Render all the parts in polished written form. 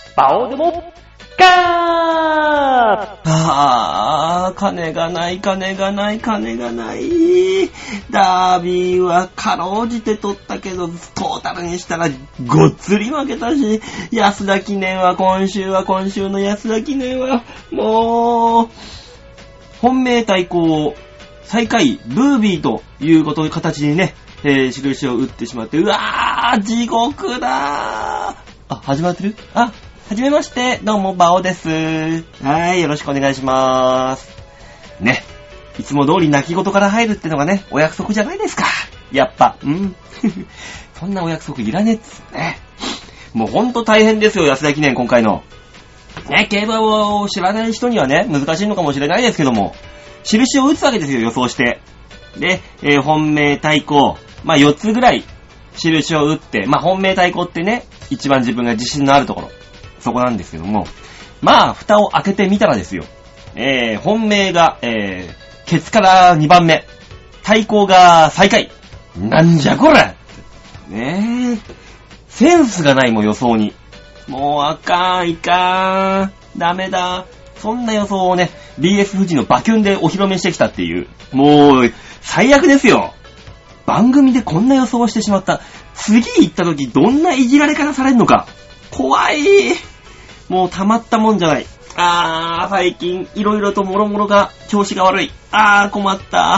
バオでもガー。 金がない。ダービーはかろうじて取ったけど、トータルにしたらごっつり負けたし、安田記念は今週の安田記念は、もう、本命対抗、最下位、ブービーという形にね、印を打ってしまって、うわー、地獄だー。始まってる？はじめまして、どうも、バオです。はい、よろしくお願いしまーす。ね、いつも通り泣き言から入るってのがね、お約束じゃないですか。やっぱ、そんなお約束いらねえっつね。もうほんと大変ですよ、安田記念今回の。ね、競馬を知らない人にはね、難しいのかもしれないですけども、印を打つわけですよ、予想して。で、本命対抗、4つぐらい印を打って、本命対抗ってね、一番自分が自信のあるところ、そこなんですけども、蓋を開けてみたらですよ、本命が、ケツから2番目、対抗が最下位。なんじゃこれねえ、センスがないもん予想に。もういかん、ダメだ。そんな予想をね、BS 富士のバキュンでお披露目してきたっていう、もう最悪ですよ。番組でこんな予想をしてしまった。次行った時どんないじられ方されるのか。怖い。もうたまったもんじゃない。最近いろいろともろもろが調子が悪い。困った。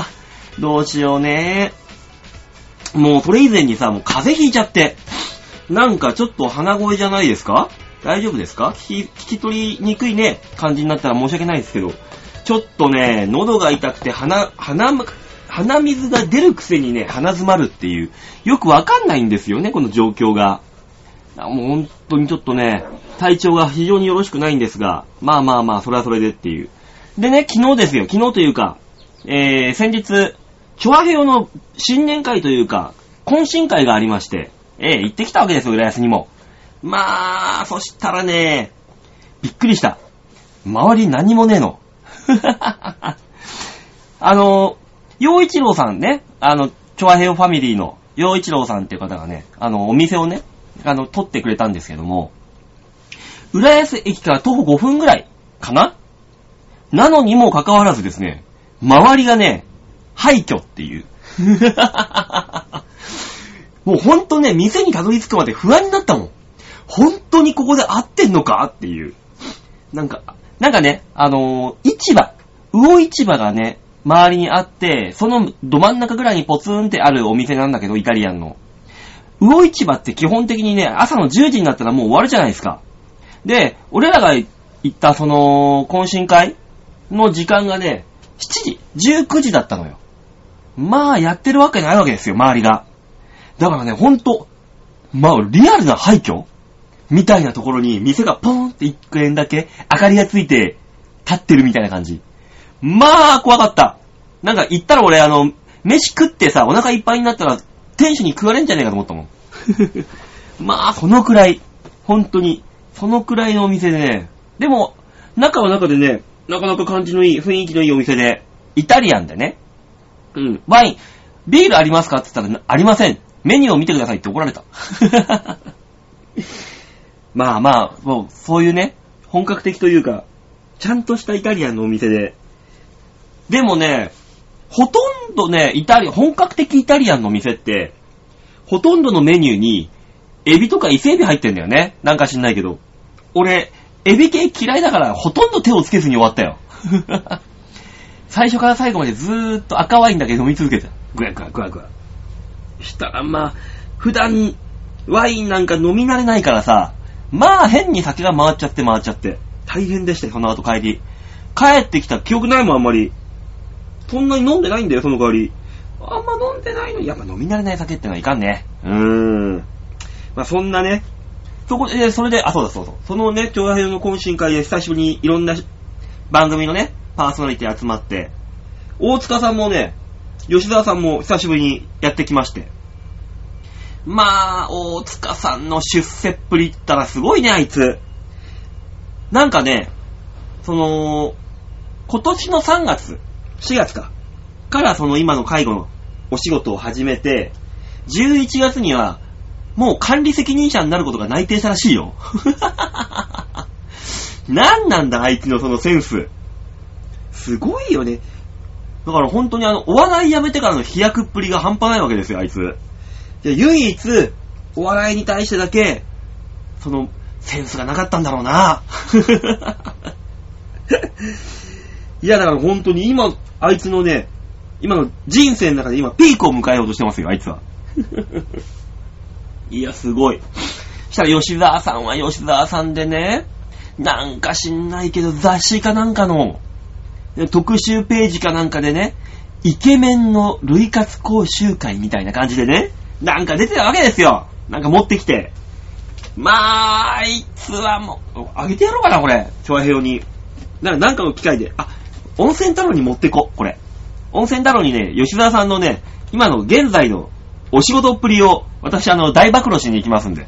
どうしようね。もうそれ以前にさ、もう風邪ひいちゃって。なんかちょっと鼻声じゃないですか？大丈夫ですか？聞き取りにくいね、感じになったら申し訳ないですけど。ちょっとね、喉が痛くて鼻水が出るくせにね、鼻詰まるっていう。よくわかんないんですよね、この状況が。もう本当にちょっとね、体調が非常によろしくないんですが、それはそれでっていう。でね、昨日というか、先日、チョアヘヨの新年会というか、懇親会がありまして、行ってきたわけですよ、浦安にも。そしたらね、びっくりした。周り何もねえの。陽一郎さんね、チョアヘヨファミリーの陽一郎さんっていう方がね、お店をね、取ってくれたんですけども、浦安駅から徒歩5分ぐらいかな？なのにもかかわらずですね、周りがね、廃墟っていう。もうほんとね、店にたどり着くまで不安になったもん。本当にここで合ってんのかっていう。なんかね、魚市場がね、周りにあって、そのど真ん中ぐらいにポツンってあるお店なんだけど、イタリアンの。魚市場って基本的にね、朝の10時になったらもう終わるじゃないですか。で、俺らが行ったその、懇親会の時間がね、7時、19時だったのよ。やってるわけないわけですよ、周りが。だからね、ほんと、リアルな廃墟みたいなところに店がポーンって1円だけ明かりがついて立ってるみたいな感じ。怖かった。なんか行ったら俺飯食ってさ、お腹いっぱいになったら店主に食われんじゃねえかと思ったもん。そのくらい、本当に、そのくらいのお店でね、でも、中は中でね、なかなか感じのいい、雰囲気のいいお店で、イタリアンでね、ワイン、ビールありますかって言ったら、ありません。メニューを見てくださいって怒られた。もう、そういうね、本格的というか、ちゃんとしたイタリアンのお店で、でもね、ほとんどね、本格的イタリアンの店って、ほとんどのメニューに、エビとか伊勢エビ入ってんだよね。なんか知んないけど。俺、エビ系嫌いだから、ほとんど手をつけずに終わったよ。最初から最後までずーっと赤ワインだけ飲み続けた。ぐわぐわ。したら普段、ワインなんか飲み慣れないからさ、変に酒が回っちゃって。大変でしたよ、その後帰り。帰ってきた記憶ないもん、あんまり。そんなに飲んでないんだよ、その代わり。あんま飲んでないのに、やっぱ飲み慣れない酒ってのはいかんね。そんなね、それで、そうだ。そのね、チョアヘヨの懇親会で久しぶりにいろんな番組のね、パーソナリティ集まって、大塚さんもね、吉沢さんも久しぶりにやってきまして。大塚さんの出世っぷりったらすごいね、あいつ。なんかね、今年の3月、4月から今の介護のお仕事を始めて、11月には、もう管理責任者になることが内定したらしいよ。 なんなんだあいつのそのセンス。すごいよね。だから本当にお笑いやめてからの飛躍っぷりが半端ないわけですよ、あいつ。で、唯一、お笑いに対してだけ、その、センスがなかったんだろうな。いや、だから本当に今、あいつのね、今の人生の中で今、ピークを迎えようとしてますよ、あいつは。いや、すごい。したら吉沢さんは吉沢さんでね、なんか知んないけど雑誌かなんかの特集ページかなんかでね、イケメンの類活講習会みたいな感じでね、なんか出てたわけですよ。なんか持ってきて。まあ、あいつはもう、あげてやろうかな、これ。チョアヘヨに。なんかの機会で、温泉太郎に持ってこ、これ。温泉太郎にね、吉沢さんのね、今の現在のお仕事っぷりを、私大暴露しに行きますんで。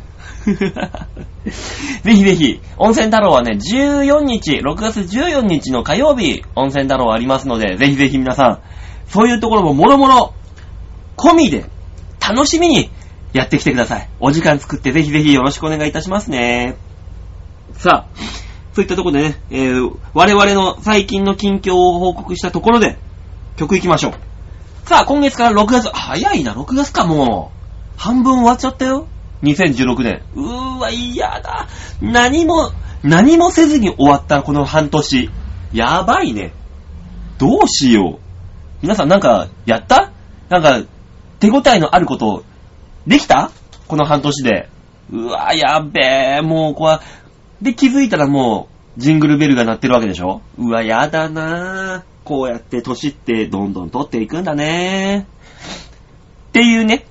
ぜひぜひ、温泉太郎はね、6月14日の火曜日、温泉太郎ありますので、ぜひぜひ皆さん、そういうところももろもろ、込みで、楽しみにやってきてください。お時間作ってぜひぜひよろしくお願いいたしますね。さあ、そういったところでね、我々の最近の近況を報告したところで、曲行きましょう。さあ、今月から6月、早いな、6月か、もう。半分終わっちゃったよ。2016年。嫌だ。何もせずに終わったこの半年。やばいね。どうしよう。皆さんなんか、やった？なんか、手応えのあること、できた？この半年で。やべえ、もうで、気づいたらもう、ジングルベルが鳴ってるわけでしょ？やだなぁ。こうやって年ってどんどん取っていくんだね。っていうね、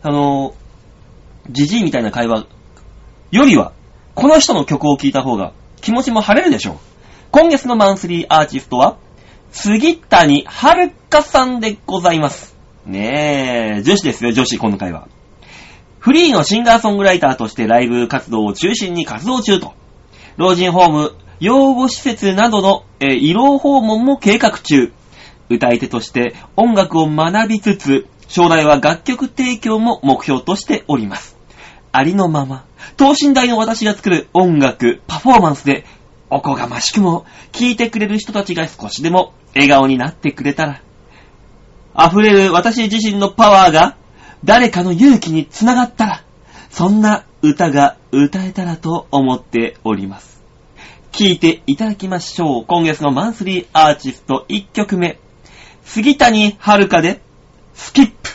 ジジイみたいな会話よりは、この人の曲を聴いた方が気持ちも晴れるでしょう。今月のマンスリーアーティストは、杉谷遥さんでございます。ねえ、女子ですよ、女子、今回は。フリーのシンガーソングライターとしてライブ活動を中心に活動中と。老人ホーム、養護施設などの、医療訪問も計画中。歌い手として音楽を学びつつ、将来は楽曲提供も目標としております。ありのまま、等身大の私が作る音楽、パフォーマンスで、おこがましくも、聴いてくれる人たちが少しでも笑顔になってくれたら、溢れる私自身のパワーが、誰かの勇気につながったら、そんな歌が歌えたらと思っております。聴いていただきましょう。今月のマンスリーアーティスト1曲目。杉谷遥で、スキップ。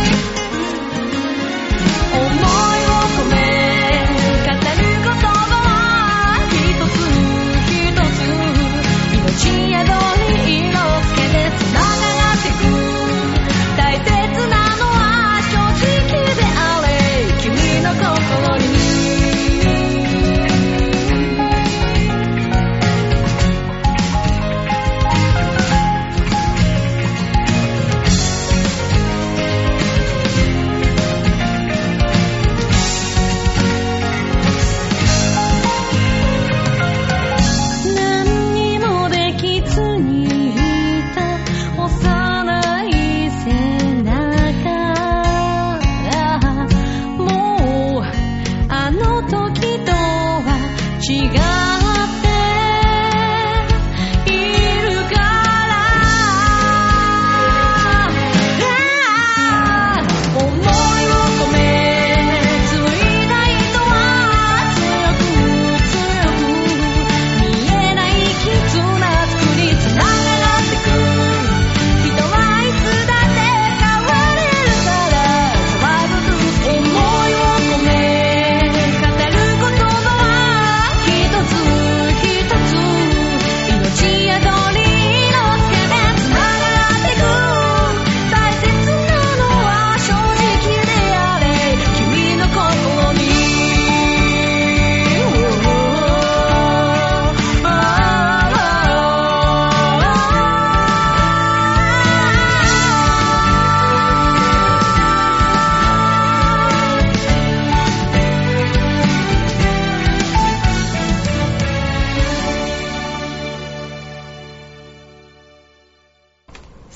思いを込め語る言葉は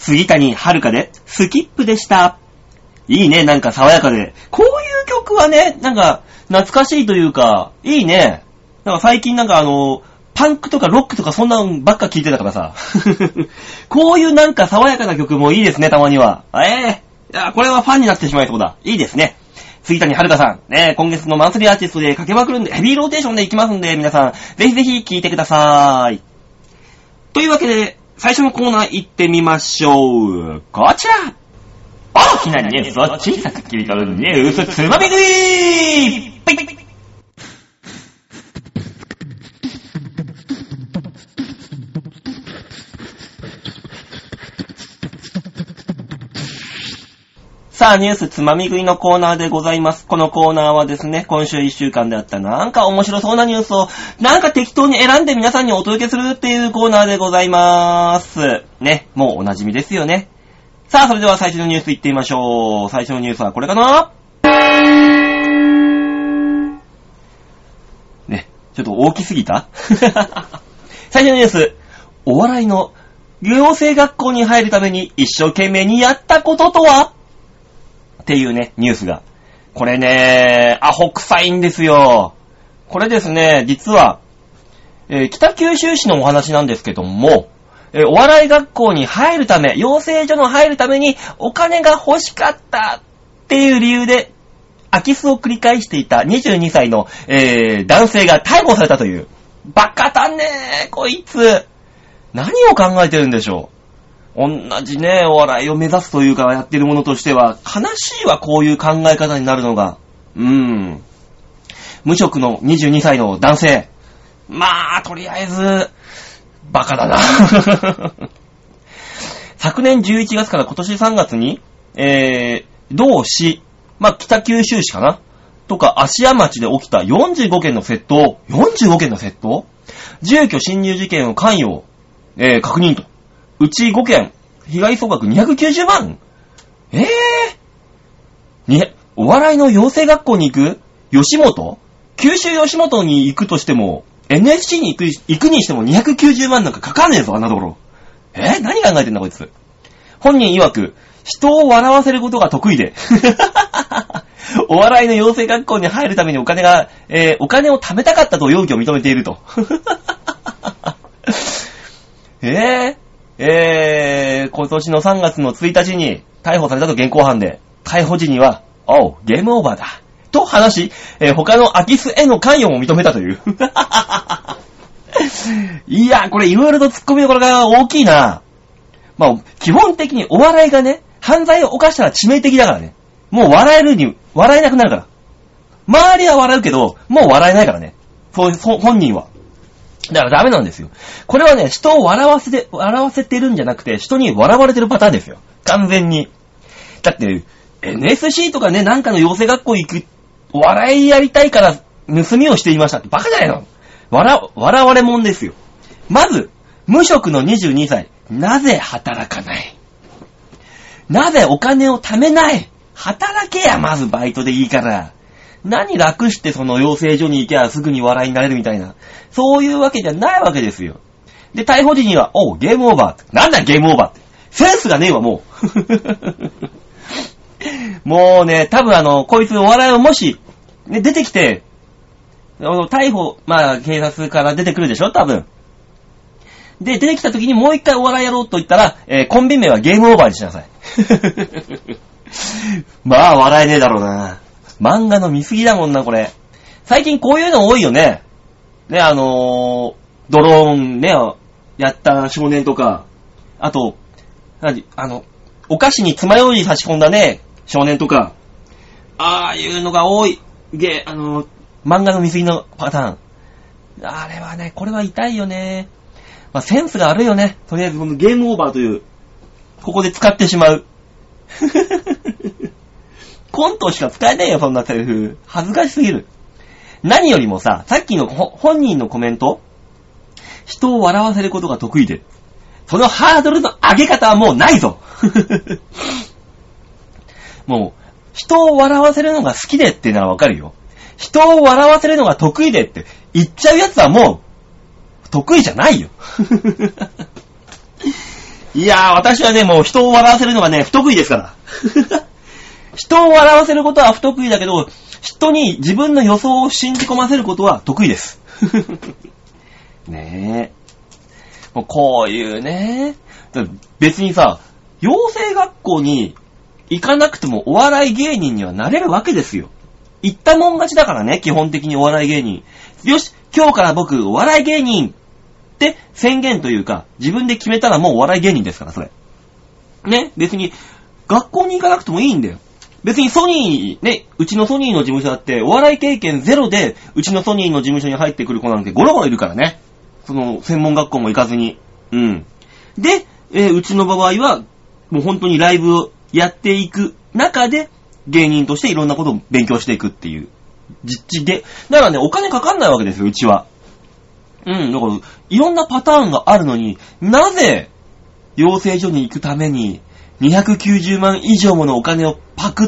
杉谷遥でスキップでした。いいね、なんか爽やかで。こういう曲はね、なんか懐かしいというか、いいね。なんか最近なんかパンクとかロックとかそんなのばっか聴いてたからさ。こういうなんか爽やかな曲もいいですね、たまには。いや、これはファンになってしまいそうだ。いいですね。杉谷遥さん、ね、今月のマンスリーアーティストでかけまくるんで、ヘビーローテーションで行きますんで、皆さん、ぜひぜひ聴いてください。というわけで、最初のコーナー行ってみましょう。こちら！大きなニュースを小さく切り取るニュースつまみ食い！さあ、ニュースつまみ食いのコーナーでございます。このコーナーはですね、今週1週間であったなんか面白そうなニュースをなんか適当に選んで皆さんにお届けするっていうコーナーでございます。ね、もうお馴染みですよね。さあ、それでは最初のニュースいってみましょう。最初のニュースはこれかな？ね、ちょっと大きすぎた？最初のニュース、お笑いの養成学校に入るために一生懸命にやったこととは？っていうね、ニュースが。これね、アホ臭いんですよ。これですね、実は、北九州市のお話なんですけども、お笑い学校に入るため、養成所の入るためにお金が欲しかったっていう理由で、空き巣を繰り返していた22歳の、男性が逮捕されたという。バカだねー、こいつ。何を考えてるんでしょう。同じね、お笑いを目指すというかやってるものとしては、悲しいわ、こういう考え方になるのが。無職の22歳の男性。まあ、とりあえず、バカだな。昨年11月から今年3月に、同市、まあ、北九州市かなとか、芦屋町で起きた45件の窃盗。45件の窃盗？住居侵入事件を関与、確認と。うち5件、被害総額290万。お笑いの養成学校に行く？吉本？九州吉本に行くとしても、NSC に行くにしても290万なんかかかんねえぞ、あんなところ。何考えてんだこいつ。本人曰く、人を笑わせることが得意で。お笑いの養成学校に入るためにお金を貯めたかったと容疑を認めていると。今年の3月の1日に逮捕されたと現行犯で、逮捕時には、ゲームオーバーだ。と話し、他の空き巣への関与も認めたという。いや、これいろいろと突っ込みどころが大きいな。まあ、基本的にお笑いがね、犯罪を犯したら致命的だからね。もう笑えなくなるから。周りは笑うけど、もう笑えないからね。本人は。だからダメなんですよ。これはね、人を笑わせてるんじゃなくて、人に笑われてるパターンですよ。完全に。だって、NSC とかね、なんかの養成学校行く、お笑いやりたいから盗みをしていましたって。バカじゃないの？笑われもんですよ。まず、無職の22歳。なぜ働かない？なぜお金を貯めない？働けや、まずバイトでいいから。何楽してその養成所に行けばすぐに笑いになれるみたいな。そういうわけじゃないわけですよ。で、逮捕時には、ゲームオーバーって。なんだゲームオーバーって。センスがねえわ、もう。もうね、多分こいつお笑いをもし、ね、出てきて、逮捕、まあ、警察から出てくるでしょ、多分。で、出てきた時にもう一回お笑いやろうと言ったら、コンビ名はゲームオーバーにしなさい。まあ、笑えねえだろうな。漫画の見過ぎだもんな、これ。最近こういうの多いよね。ね、ドローンね、やった少年とか、あと、お菓子に爪楊枝差し込んだね、少年とか、ああいうのが多い。漫画の見過ぎのパターン。あれはね、これは痛いよね。まあ、センスがあるよね。とりあえずこのゲームオーバーという、ここで使ってしまう。コントしか使えないよ、そんなセリフ。恥ずかしすぎる。何よりもさ、さっきの本人のコメント、人を笑わせることが得意で、そのハードルの上げ方はもうないぞ。もう、人を笑わせるのが好きでっていうのはわかるよ。人を笑わせるのが得意でって言っちゃうやつはもう、得意じゃないよ。 いやー、私はね、もう人を笑わせるのがね、不得意ですから。人を笑わせることは不得意だけど、人に自分の予想を信じ込ませることは得意です。ねえ。もうこういうね、別にさ、養成学校に行かなくてもお笑い芸人にはなれるわけですよ。行ったもん勝ちだからね、基本的にお笑い芸人。よし、今日から僕お笑い芸人って宣言というか、自分で決めたらもうお笑い芸人ですから、それ。ね、別に学校に行かなくてもいいんだよ。別にソニー、ね、うちのソニーの事務所だって、お笑い経験ゼロで、うちのソニーの事務所に入ってくる子なんてゴロゴロいるからね。その、専門学校も行かずに。うん。で、うちの場合は、もう本当にライブをやっていく中で、芸人としていろんなことを勉強していくっていう。実地で。だからね、お金かかんないわけですよ、うちは。だから、いろんなパターンがあるのに、なぜ、養成所に行くために、290万以上ものお金をパクった。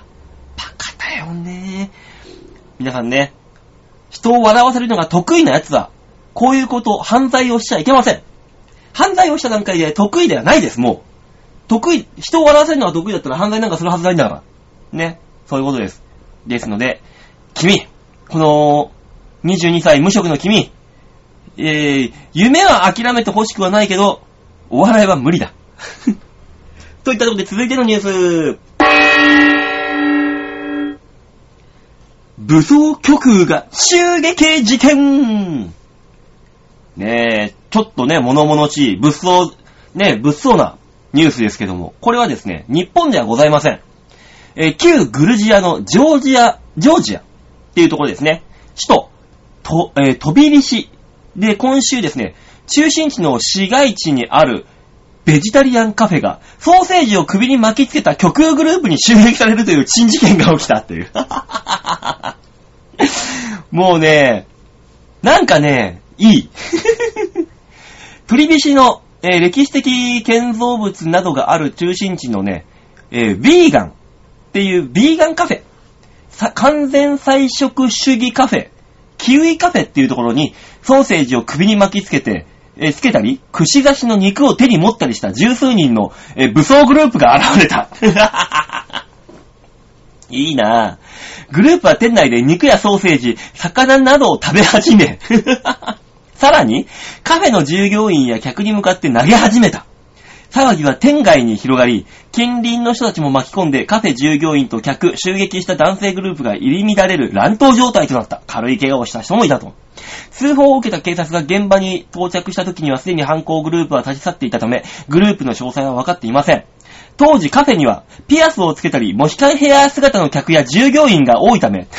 バカだよね。皆さんね、人を笑わせるのが得意なやつは、こういうこと、犯罪をしちゃいけません。犯罪をした段階で得意ではないです、もう。得意、人を笑わせるのが得意だったら犯罪なんかするはずないんだから。ね。そういうことです。ですので、君、この、22歳無職の君、夢は諦めてほしくはないけど、お笑いは無理だ。といったところで続いてのニュース。武装極右が襲撃事件。ねえ、ちょっとね、物々しい、物騒なニュースですけども、これはですね、日本ではございません。旧グルジアのジョージアっていうところですね。首都、トビリシで今週ですね、中心地の市街地にあるベジタリアンカフェがソーセージを首に巻きつけた極右グループに襲撃されるという珍事件が起きたっていう。もうね、なんかね、いい。トリビシの、歴史的建造物などがある中心地のね、ヴィーガンっていうヴィーガンカフェ、完全菜食主義カフェ、キウイカフェっていうところにソーセージを首に巻きつけて、つけたり、串刺しの肉を手に持ったりした十数人の、武装グループが現れた。いいなぁ。グループは店内で肉やソーセージ、魚などを食べ始め、さらに、カフェの従業員や客に向かって投げ始めた。騒ぎは店外に広がり、近隣の人たちも巻き込んでカフェ従業員と客、襲撃した男性グループが入り乱れる乱闘状態となった。軽い怪我をした人もいたと。通報を受けた警察が現場に到着した時にはすでに犯行グループは立ち去っていたため、グループの詳細は分かっていません。当時カフェにはピアスをつけたりモヒカンヘア姿の客や従業員が多いため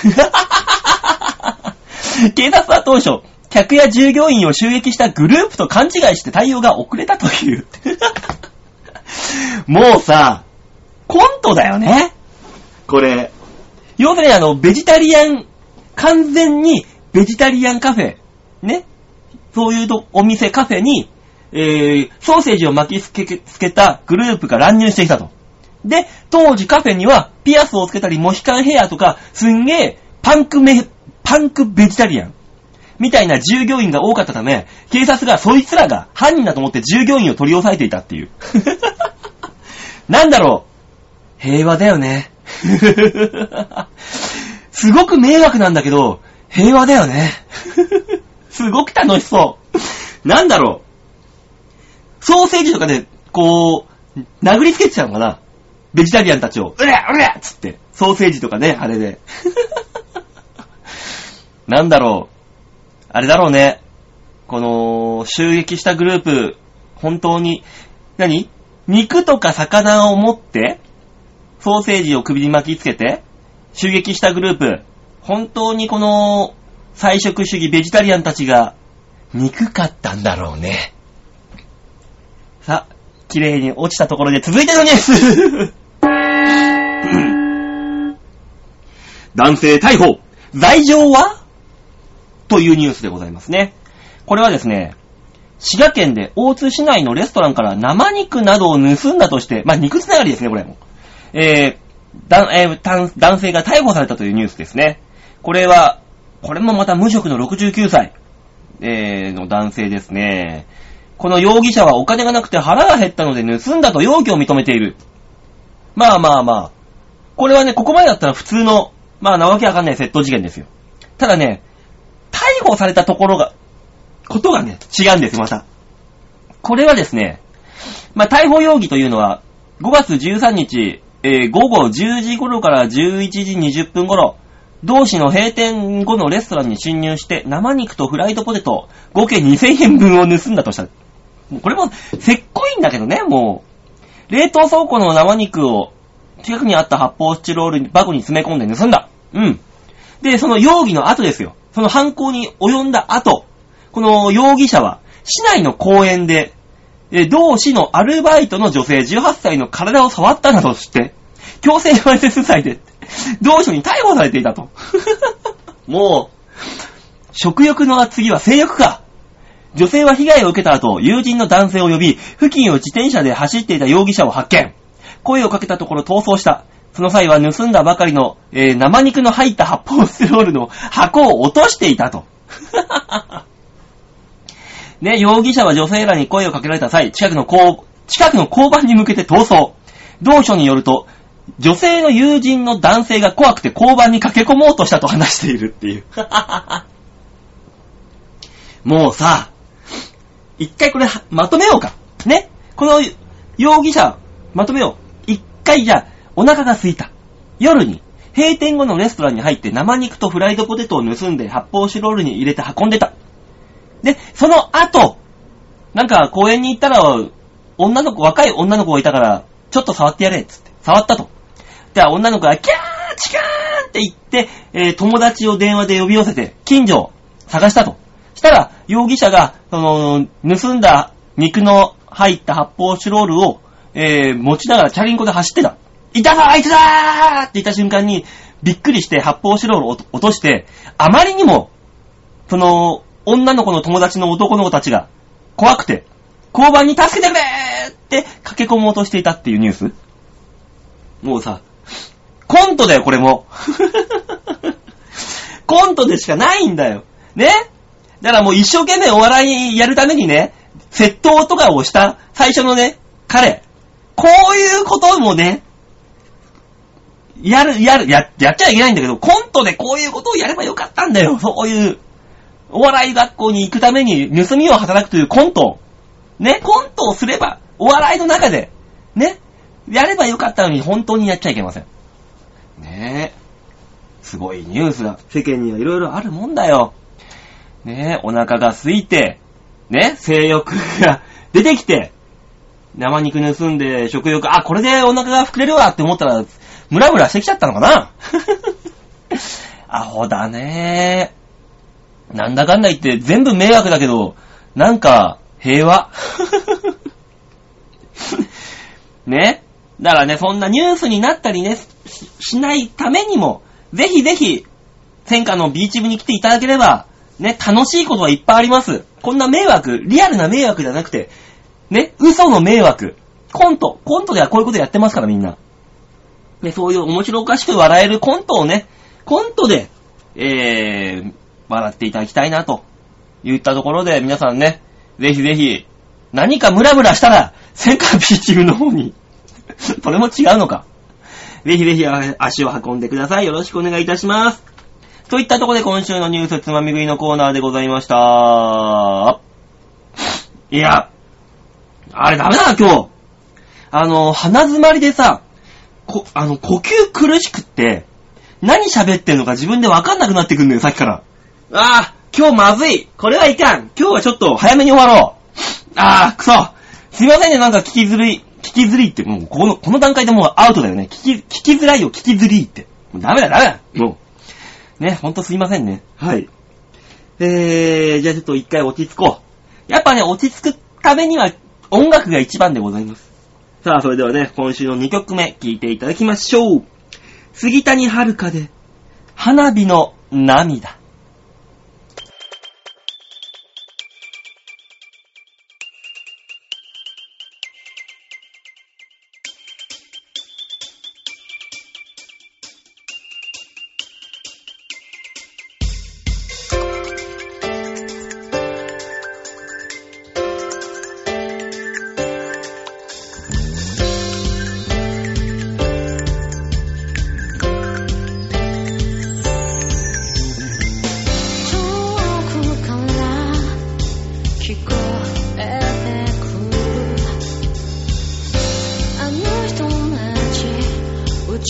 警察は当初客や従業員を襲撃したグループと勘違いして対応が遅れたというもうさ、コントだよねこれ。要するにベジタリアン、完全にベジタリアンカフェね、そういうお店カフェにソーセージを巻きつけたグループが乱入してきたと。で、当時カフェにはピアスをつけたりモヒカンヘアとかすんげーパンクベジタリアンみたいな従業員が多かったため、警察がそいつらが犯人だと思って従業員を取り押さえていたっていう。なんだろう、平和だよね。すごく迷惑なんだけど、平和だよね。すごく楽しそう。なんだろう。ソーセージとかで、こう、殴りつけてたのかな？ベジタリアンたちを、うりゃうりゃっつって、ソーセージとかね、あれで。なんだろう。あれだろうね。この、襲撃したグループ、本当に、肉とか魚を持って、ソーセージを首に巻きつけて、襲撃したグループ、本当にこの、菜食主義ベジタリアンたちが、憎かったんだろうね。さあ、綺麗に落ちたところで続いてのニュース男性逮捕罪状はというニュースでございますね。これはですね、滋賀県で大津市内のレストランから生肉などを盗んだとして、肉つながりですね、これも。男性が逮捕されたというニュースですね。これもまた無職の69歳、の男性ですね。 この容疑者はお金がなくて腹が減ったので盗んだと容疑を認めている。まあ。これはね、ここまでだったら普通の、なわけわかんない窃盗事件ですよ。ただね、逮捕されたことがね、違うんです、また。これはですね、逮捕容疑というのは、5月13日、午後10時頃から11時20分頃、同市の閉店後のレストランに侵入して生肉とフライドポテト合計2000円分を盗んだとした。これもせっこいんだけどね、もう。冷凍倉庫の生肉を近くにあった発泡スチロール箱に詰め込んで盗んだ。で、その容疑の後ですよ。その犯行に及んだ後、この容疑者は市内の公園で、同市のアルバイトの女性18歳の体を触ったなどして、強制わいせつ罪で、同署に逮捕されていたと。もう、食欲の次は性欲か。女性は被害を受けた後、友人の男性を呼び、付近を自転車で走っていた容疑者を発見。声をかけたところ逃走した。その際は盗んだばかりの、生肉の入った発泡スチロールの箱を落としていたと。ね、容疑者は女性らに声をかけられた際、近くの交番に向けて逃走。同署によると、女性の友人の男性が怖くて交番に駆け込もうとしたと話しているっていう。もうさ、一回これまとめようか。ね。この容疑者、まとめよう。一回じゃあ、お腹が空いた。夜に、閉店後のレストランに入って生肉とフライドポテトを盗んで発泡スチロールに入れて運んでた。で、その後、なんか公園に行ったら、若い女の子がいたから、ちょっと触ってやれっつって、触ったと。で、女の子がキャーチカーンって言って、友達を電話で呼び寄せて、近所を探したと。したら、容疑者が、盗んだ肉の入った発泡スチロールを、持ちながらチャリンコで走ってた。いたぞあいつだーって言った瞬間に、びっくりして発泡スチロールを落として、あまりにも、女の子の友達の男の子たちが怖くて、交番に助けてくれーって駆け込もうとしていたっていうニュース。もうさ、コントだよこれも。コントでしかないんだよ。ね？だからもう一生懸命お笑いやるためにね、窃盗とかをした最初のね、彼。こういうこともね、やっちゃいけないんだけど、コントでこういうことをやればよかったんだよ。そういう。お笑い学校に行くために盗みを働くというコント。ね、コントをすれば、お笑いの中で、ね、やればよかったのに本当にやっちゃいけません。ねえ。すごいニュースだ。世間にはいろいろあるもんだよ。ねえ、お腹が空いて、ね、性欲が出てきて、生肉盗んで食欲、これでお腹が膨れるわって思ったら、ムラムラしてきちゃったのかな。アホだねー。なんだかんだ言って全部迷惑だけど、なんか平和。ね。だからね、そんなニュースになったりね、しないためにも、ぜひぜひ、戦火のビーチ部に来ていただければ、ね、楽しいことはいっぱいあります。こんな迷惑、リアルな迷惑じゃなくて、ね、嘘の迷惑。コントではこういうことやってますからみんな。ね、そういう面白おかしく笑えるコントをね、コントで、笑っていただきたいなと言ったところで、皆さんね、ぜひぜひ何かムラムラしたら戦火ビーチ部の方にそれも違うのか。ぜひぜひ足を運んでください。よろしくお願いいたします。といったところで今週のニュースつまみ食いのコーナーでございました。いや、あれダメだな今日。鼻詰まりでさ、呼吸苦しくって何喋ってんのか自分でわかんなくなってくんのよさっきから。今日まずい。これはいかん。今日はちょっと早めに終わろう。くそ。すいませんね、なんか聞きづりって、もうこの段階でもうアウトだよね。聞きづらいよ、聞きづりって。もうダメだ。もう。ね、ほんとすいませんね。はい。じゃあちょっと一回落ち着こう。やっぱね、落ち着くためには音楽が一番でございます。さあ、それではね、今週の2曲目、聴いていただきましょう。杉谷遥で、花火の涙。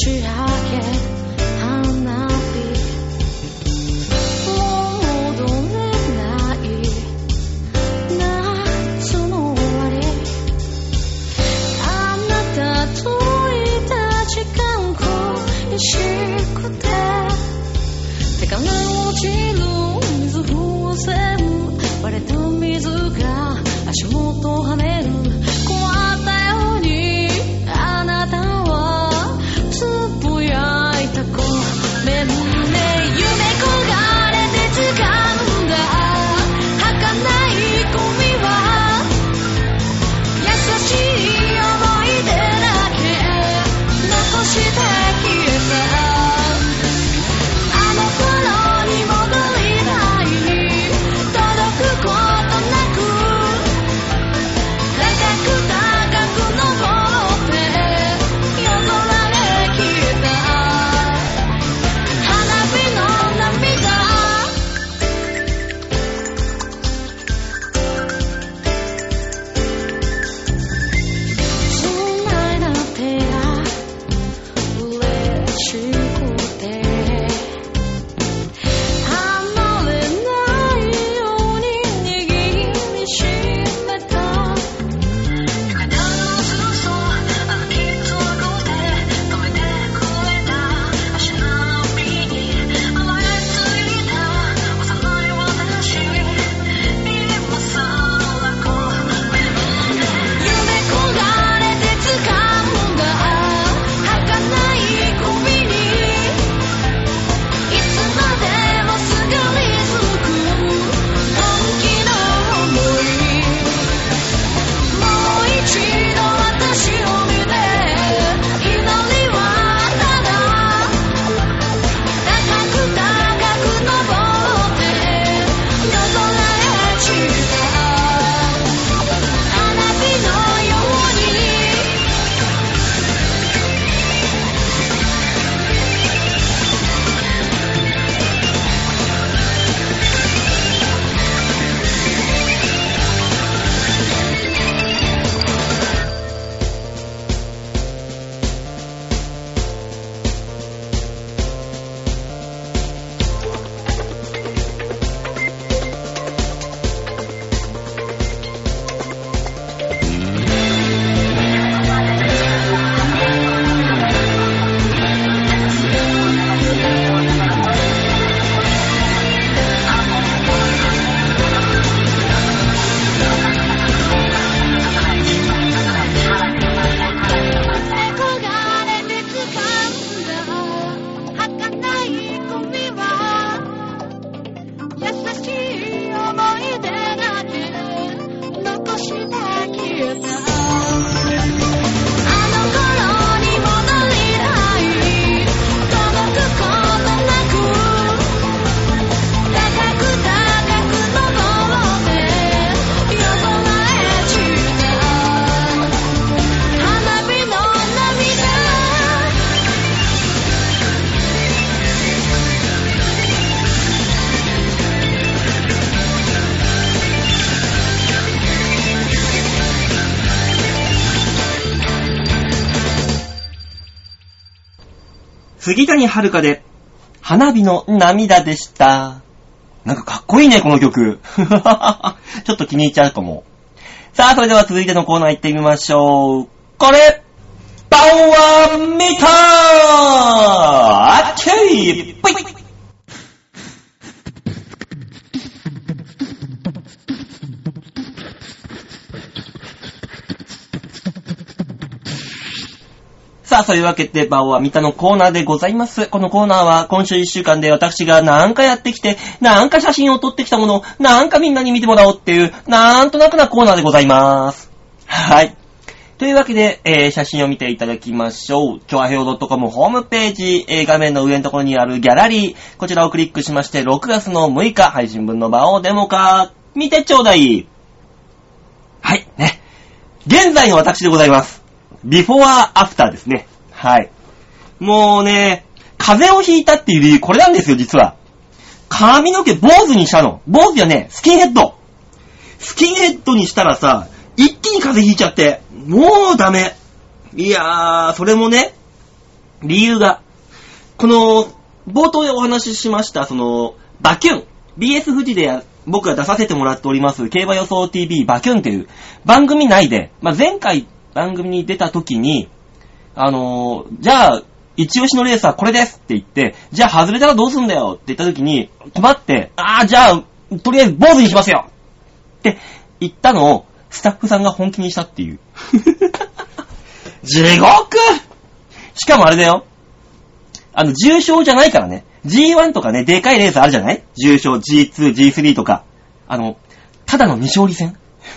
杉谷遥で花火の涙でした。なんかかっこいいねこの曲。ちょっと気に入っちゃうかも。さあそれでは続いてのコーナー行ってみましょう。これパワーメーターあっちいぽい。さあ、そういうわけで、バオはミタのコーナーでございます。このコーナーは、今週1週間で私がなんかやってきて、なんか写真を撮ってきたものを、なんかみんなに見てもらおうっていう、なんとなくなコーナーでございます。はい。というわけで、写真を見ていただきましょう。ちょあへお .com ホームページ、画面の上のところにあるギャラリー、こちらをクリックしまして、6月の6日、配信分のバオデモか、見てちょうだい。はい、ね。現在の私でございます。ビフォーアフターですね。はい。もうね、風邪をひいたっていう理由、これなんですよ、実は。髪の毛坊主にしたの。坊主じゃねえ、スキンヘッド。スキンヘッドにしたらさ、一気に風邪ひいちゃって、もうダメ。いやー、それもね、 理由が、この、冒頭でお話ししました、バキュン。BS 富士で僕が出させてもらっております、競馬予想 TV バキュンっていう番組内で、前回番組に出た時に、じゃあ、一押しのレースはこれですって言って、じゃあ外れたらどうすんだよって言った時に、困って、じゃあ、とりあえず坊主にしますよって言ったのを、スタッフさんが本気にしたっていう。地獄！しかもあれだよ。重賞じゃないからね。G1 とかね、でかいレースあるじゃない？重賞 G2、G3 とか。ただの2勝利戦。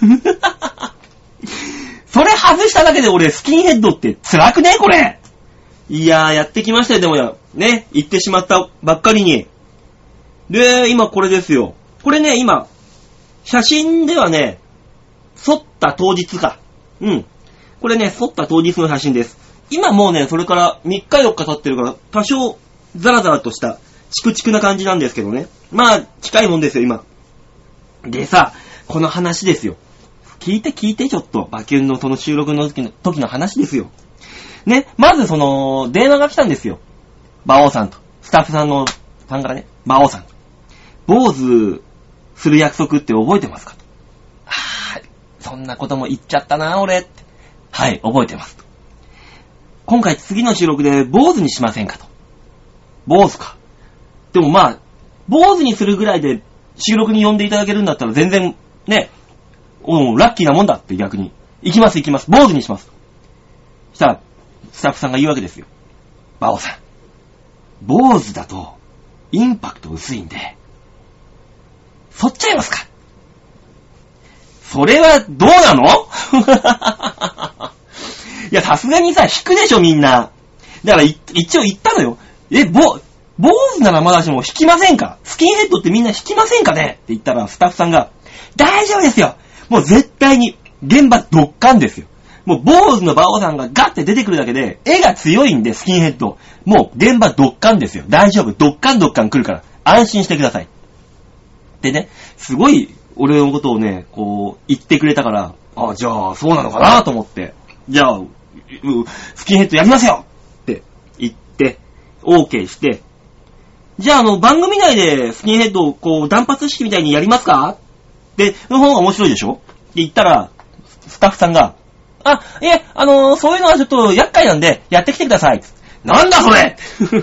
それ外しただけで俺、スキンヘッドって辛くねこれ。いやー、やってきましたよ、でもね、言ってしまったばっかりに。で、今これですよ。これね、今、写真ではね、剃った当日か。これね、剃った当日の写真です。今もうね、それから3日4日経ってるから、多少、ザラザラとした、チクチクな感じなんですけどね。近いもんですよ、今。でさ、この話ですよ。聞いて、ちょっと。バキュンのその収録の時の話ですよ。ね、まず電話が来たんですよ。馬王さんと。スタッフさんからね、馬王さんと。坊主する約束って覚えてますかと。そんなことも言っちゃったな、俺って。はい、覚えてますと。今回次の収録で坊主にしませんかと。坊主か。でも坊主にするぐらいで収録に呼んでいただけるんだったら全然、ね、ラッキーなもんだって逆に。行きます。坊主にします。そしたら、スタッフさんが言うわけですよ。馬王さん。坊主だと、インパクト薄いんで、剃っちゃいますか？それはどうなの？いや、さすがにさ、引くでしょ、みんな。だから、一応言ったのよ。坊主ならまだしも引きませんか？スキンヘッドってみんな引きませんかね？って言ったら、スタッフさんが、大丈夫ですよ！もう絶対に、現場ドッカンですよ。もう、坊主の馬王さんがガッて出てくるだけで、絵が強いんで、スキンヘッド。もう、現場ドッカンですよ。大丈夫。ドッカン来るから、安心してください。でね、すごい、俺のことをね、言ってくれたから、じゃあ、そうなのかなと思って、じゃあ、スキンヘッドやりますよって言って、OK して、じゃあ、番組内でスキンヘッドを断髪式みたいにやりますかで、その方が面白いでしょって言ったら、スタッフさんが、いえ、そういうのはちょっと厄介なんで、やってきてください。なんだそれ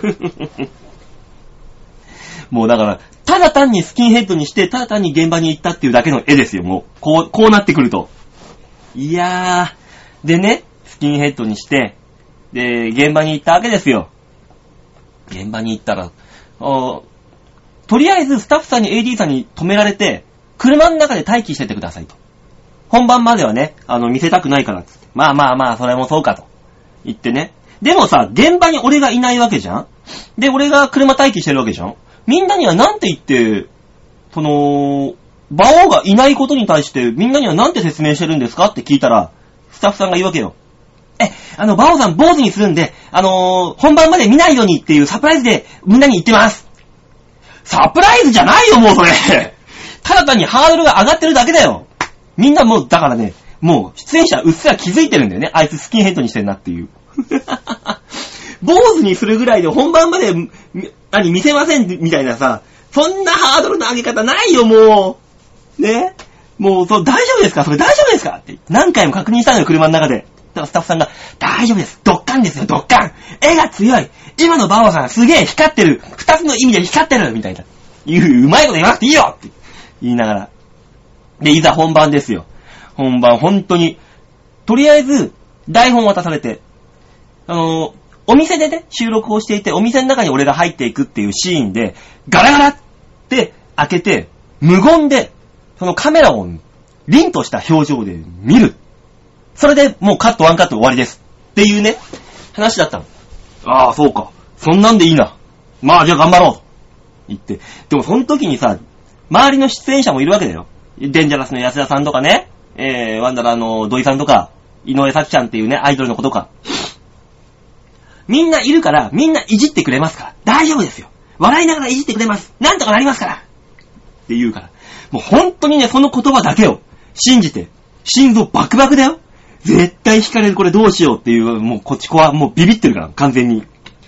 もうだから、ただ単にスキンヘッドにして、ただ単に現場に行ったっていうだけの絵ですよ、もう。こうなってくると。いやー。でね、スキンヘッドにして、で、現場に行ったわけですよ。現場に行ったら、とりあえずスタッフさんに AD さんに止められて、車の中で待機しててくださいと。本番まではね、見せたくないからっつって。まあ、それもそうかと。言ってね。でもさ、現場に俺がいないわけじゃん？で、俺が車待機してるわけじゃん？みんなにはなんて言って、馬王がいないことに対して、みんなにはなんて説明してるんですかって聞いたら、スタッフさんが言うわけよ。馬王さん坊主にするんで、本番まで見ないようにっていうサプライズでみんなに言ってます。サプライズじゃないよ、もうそれ。ただ単にハードルが上がってるだけだよ。みんなもう、だからね、もう出演者うっすら気づいてるんだよね。あいつスキンヘッドにしてんなっていう。坊主にするぐらいで本番まで、見せませんみたいなさ、そんなハードルの上げ方ないよ、もう。ね。もう、大丈夫ですか？それ大丈夫ですか？って何回も確認したのよ、車の中で。だからスタッフさんが、大丈夫です。ドッカンですよ、ドッカン。絵が強い。今の馬王さんすげえ光ってる。二つの意味で光ってるみたいな。うまいこと言わなくていいよって言いながら。で、いざ本番ですよ。本番、本当に。とりあえず、台本渡されて、お店でね、収録をしていて、お店の中に俺が入っていくっていうシーンで、ガラガラって開けて、無言で、そのカメラを凛とした表情で見る。それでもうカットワンカット終わりです。っていうね、話だったの。ああ、そうか。そんなんでいいな。まあ、じゃあ頑張ろう。と言って。でもその時にさ、周りの出演者もいるわけだよ。デンジャラスの安田さんとかね、ワンダラの土井さんとか、井上咲ちゃんっていうね、アイドルの子とか。みんないるから、みんないじってくれますから。大丈夫ですよ。笑いながらいじってくれます。なんとかなりますから。って言うから。もう本当にね、その言葉だけを信じて、心臓バクバクだよ。絶対惹かれる、これどうしようっていう、もうこっち子はもうビビってるから、完全に。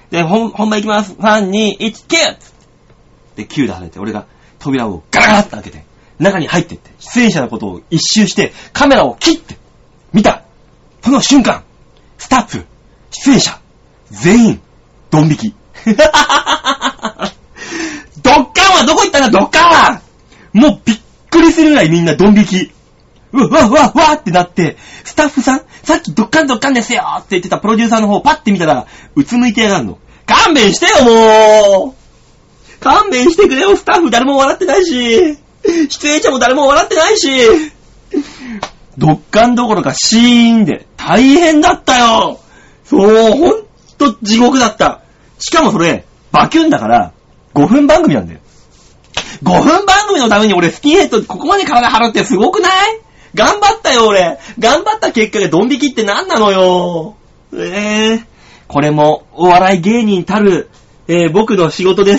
で、本番行きます。3、2、1、9! で、9で離れて、俺が扉をガラガラって開けて、中に入ってって、出演者のことを一周して、カメラを切って、見た。その瞬間、スタッフ、出演者、全員、ドン引き。ドッカンはどこ行ったんだ、ドッカンはもうびっくりするぐらいみんなドン引き。うわってなって、スタッフさん、さっきドッカンですよって言ってたプロデューサーの方パッて見たら、うつむいてやがんの。勘弁してよ、もう勘弁してくれよ、スタッフ誰も笑ってないし、出演者も誰も笑ってないし、ドッカンどころかシーンで大変だったよ。そう、ほんと地獄だった。しかもそれ、バキュンだから、5分番組なんだよ。5分番組のために俺スキンヘッドここまで体張るってすごくない？頑張ったよ俺。頑張った結果でドン引きって何なのよ。これもお笑い芸人たる、僕の仕事です。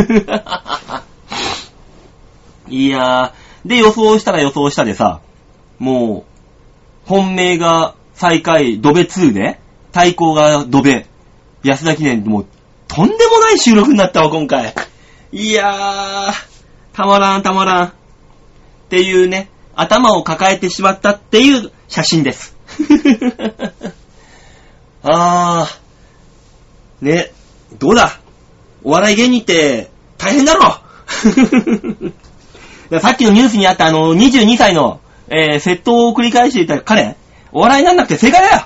いやー、で予想したら予想したでさ、もう、本命が最下位ドベ2で、対抗がドベ、安田記念でもう、とんでもない収録になったわ、今回。いやー、たまらん。っていうね、頭を抱えてしまったっていう写真です。ね、どうだ？お笑い芸人って大変だろ。さっきのニュースにあった22歳の、窃盗を繰り返していた彼、お笑いなんなくて正解だよ。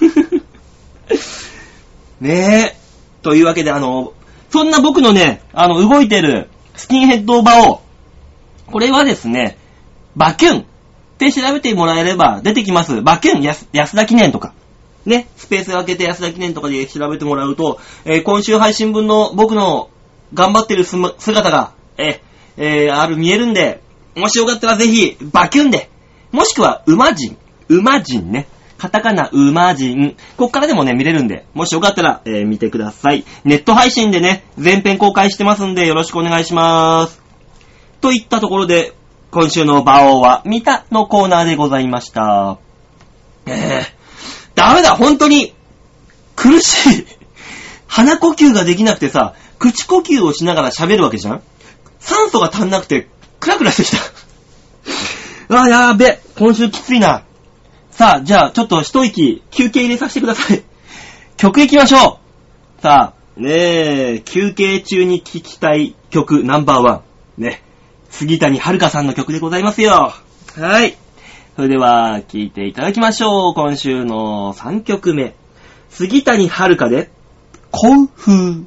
ねえ。というわけでそんな僕のね、動いてるスキンヘッド場を、これはですね、バキュンって調べてもらえれば出てきます。バキュン安田記念とか。ね、スペースを開けて安田記念とかで調べてもらうと、今週配信分の僕の頑張ってる姿が、見えるんで、もしよかったらぜひ、バキュンで、もしくは、馬人ね。カタカナ、馬人。こっからでもね、見れるんで、もしよかったら、見てください。ネット配信でね、全編公開してますんで、よろしくお願いします。といったところで、今週の馬王は、見たのコーナーでございました。ダメだ、本当に、苦しい。鼻呼吸ができなくてさ、口呼吸をしながら喋るわけじゃん？酸素が足んなくて、クラクラしてきた。やーべ、今週きついな。さあ、じゃあ、ちょっと一息、休憩入れさせてください。曲行きましょう。さあ、休憩中に聴きたい曲ナンバーワン。ね、杉谷遥さんの曲でございますよ。はい。それでは、聴いていただきましょう。今週の3曲目。杉谷遥で、幸風。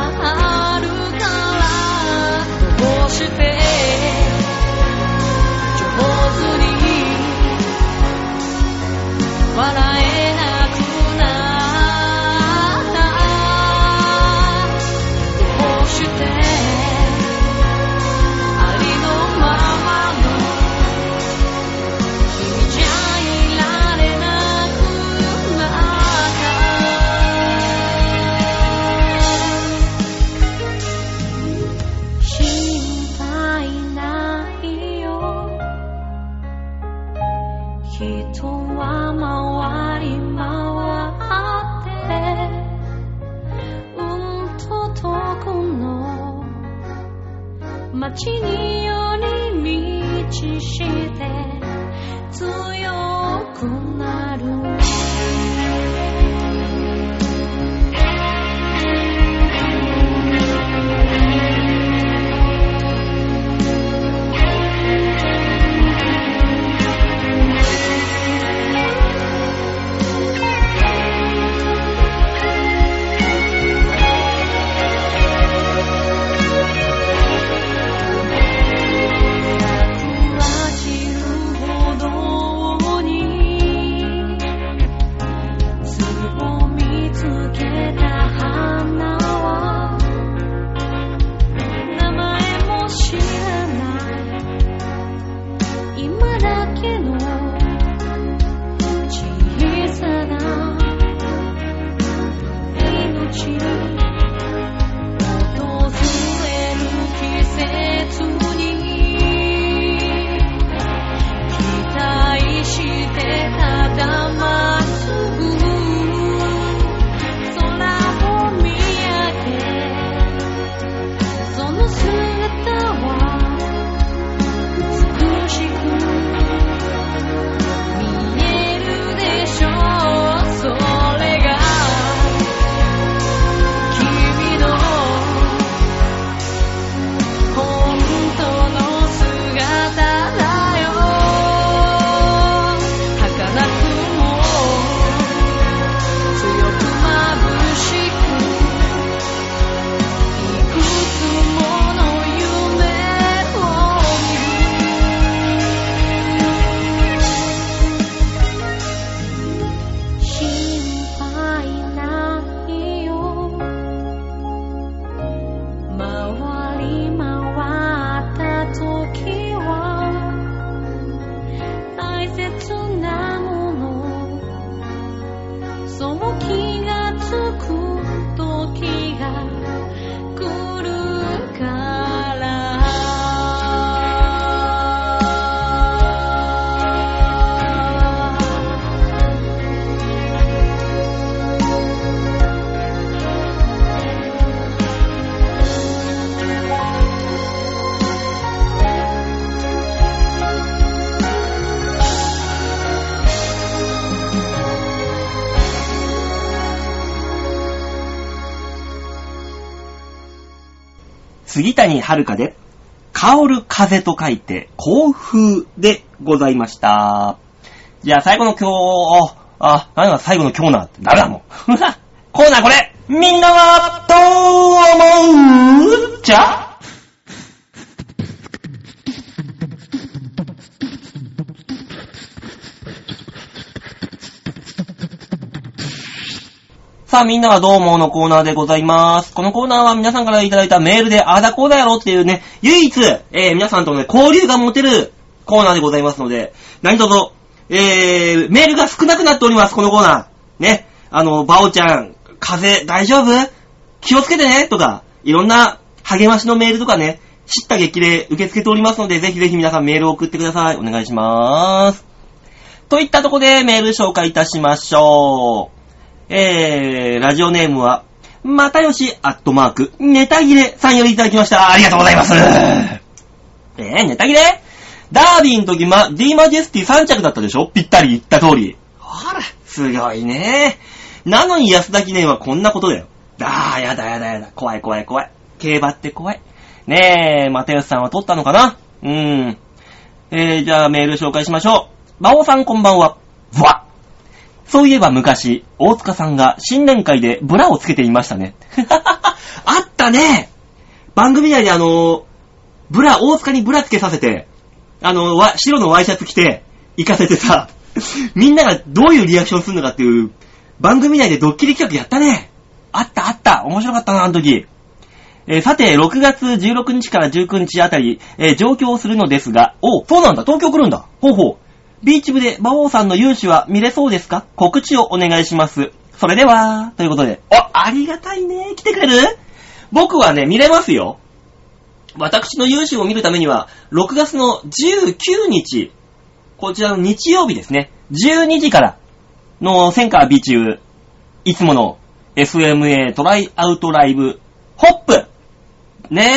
して街に寄り道して強くなる杉谷遥で、香る風と書いて、香風でございました。じゃあ最後の今日、何が最後の今日なって誰だもん。コーナーこれみんなはどう思うじゃさあみんなはどう思うのコーナーでございます。このコーナーは皆さんからいただいたメールであだこうだやろっていうね、唯一、皆さんとの、ね、交流が持てるコーナーでございますので、何卒、メールが少なくなっております、このコーナー。ね、バオちゃん、風邪大丈夫？気をつけてねとか、いろんな励ましのメールとかね、知った激励受け付けておりますので、ぜひぜひ皆さんメールを送ってください。お願いします。といったところでメール紹介いたしましょう。ラジオネームは、またよし@ネタ切れさんよりいただきました。ありがとうございます。ネタ切れ？ダービーの時D マジェスティ3着だったでしょ？ぴったり言った通り。ほら、すごいね。なのに安田記念はこんなことだよ。やだ。怖い。競馬って怖い。ねえ、またよしさんは取ったのかな？じゃあメール紹介しましょう。馬王さんこんばんは。そういえば昔、大塚さんが新年会でブラをつけていましたね。あったね。番組内で大塚にブラつけさせて、白のワイシャツ着て、行かせてさ、みんながどういうリアクションするのかっていう、番組内でドッキリ企画やったね。あった。面白かったな、あの時。さて、6月16日から19日あたり、上京するのですが、そうなんだ、東京来るんだ。ほう。ビーチ部で馬王さんの勇姿は見れそうですか？告知をお願いします。それでは、ということで。ありがたいね。来てくれる？僕はね、見れますよ。私の勇姿を見るためには、6月の19日、こちらの日曜日ですね。12時からのセンカービーチ部、いつもの SMA トライアウトライブ、ホップ。ね。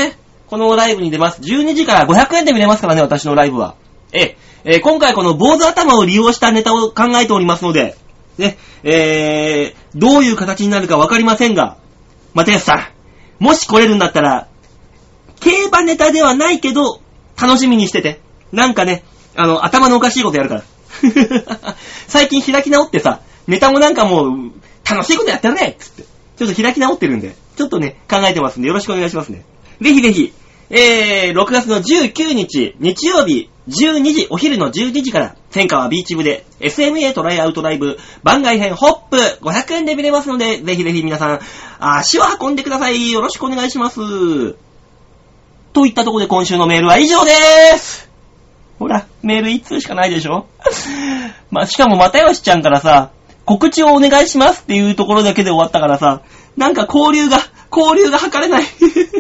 このライブに出ます。12時から500円で見れますからね、私のライブは。今回この坊主頭を利用したネタを考えておりますので、ね、どういう形になるかわかりませんが、又吉さん、もし来れるんだったら、競馬ネタではないけど、楽しみにしてて。なんかね、頭のおかしいことやるから。最近開き直ってさ、ネタもなんかもう、楽しいことやってるねつって。ちょっと開き直ってるんで、ちょっとね、考えてますんで、よろしくお願いしますね。ぜひぜひ、6月の19日、日曜日、12時、お昼の12時から、千川ビーチ部で、SMA トライアウトライブ、番外編ホップ、500円で見れますので、ぜひぜひ皆さん、足を運んでください。よろしくお願いします。といったところで今週のメールは以上でーす。ほら、メール1通しかないでしょまあ、しかも又吉ちゃんからさ、告知をお願いしますっていうところだけで終わったからさ、なんか交流が図れない。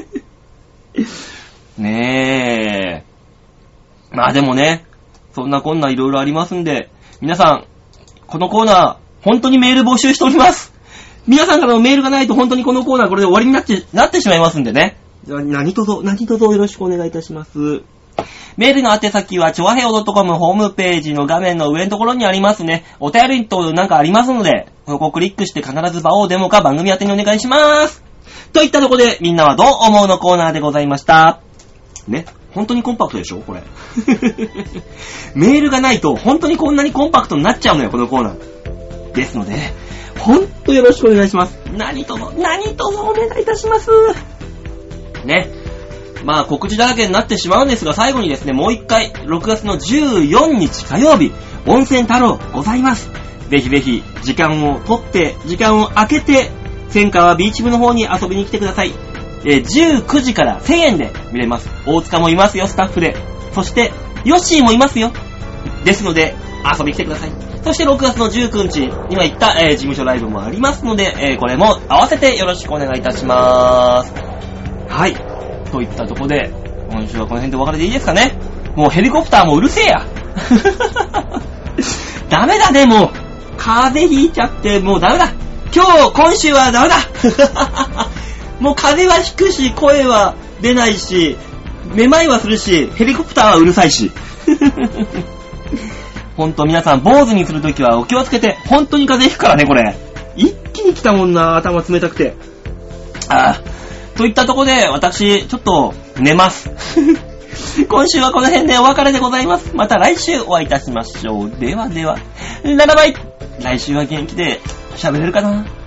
ねえ。まあでもね、そんなこんないろいろありますんで、皆さん、このコーナー、本当にメール募集しております。皆さんからのメールがないと本当にこのコーナーこれで終わりになってしまいますんでね。何卒よろしくお願いいたします。メールの宛先は、ちょわへお .com ホームページの画面の上のところにありますね。お便りとなんかありますので、ここをクリックして必ず場をデモか番組宛てにお願いします。といったところで、みんなはどう思うのコーナーでございました。ね。本当にコンパクトでしょこれ。メールがないと、本当にこんなにコンパクトになっちゃうのよ、このコーナー。ですので、ほんとよろしくお願いします。何とぞお願いいたします。ね。まあ告知だらけになってしまうんですが、最後にですね、もう一回、6月の14日火曜日、温泉太郎ございます。ぜひぜひ、時間を取って、時間を空けて、千川ビーチ部の方に遊びに来てください。19時から1000円で見れます。大塚もいますよ、スタッフで。そして、ヨッシーもいますよ。ですので、遊びに来てください。そして6月の19日、今言った、事務所ライブもありますので、これも合わせてよろしくお願いいたします。はい。といったとこで、今週はこの辺でお別れでいいですかね。もうヘリコプターもうるせえや。ダメだね、もう。風邪ひいちゃって、もうダメだ。今週はダメだ。もう風邪はひくし、声は出ないし、めまいはするし、ヘリコプターはうるさいし。ほんと皆さん、坊主にするときはお気をつけて、ほんとに風邪ひくからね、これ。一気に来たもんな、頭冷たくて。といったとこで、私、ちょっと、寝ます。今週はこの辺でお別れでございます。また来週お会いいたしましょう。ではでは、ララバイ。来週は元気で喋れるかな。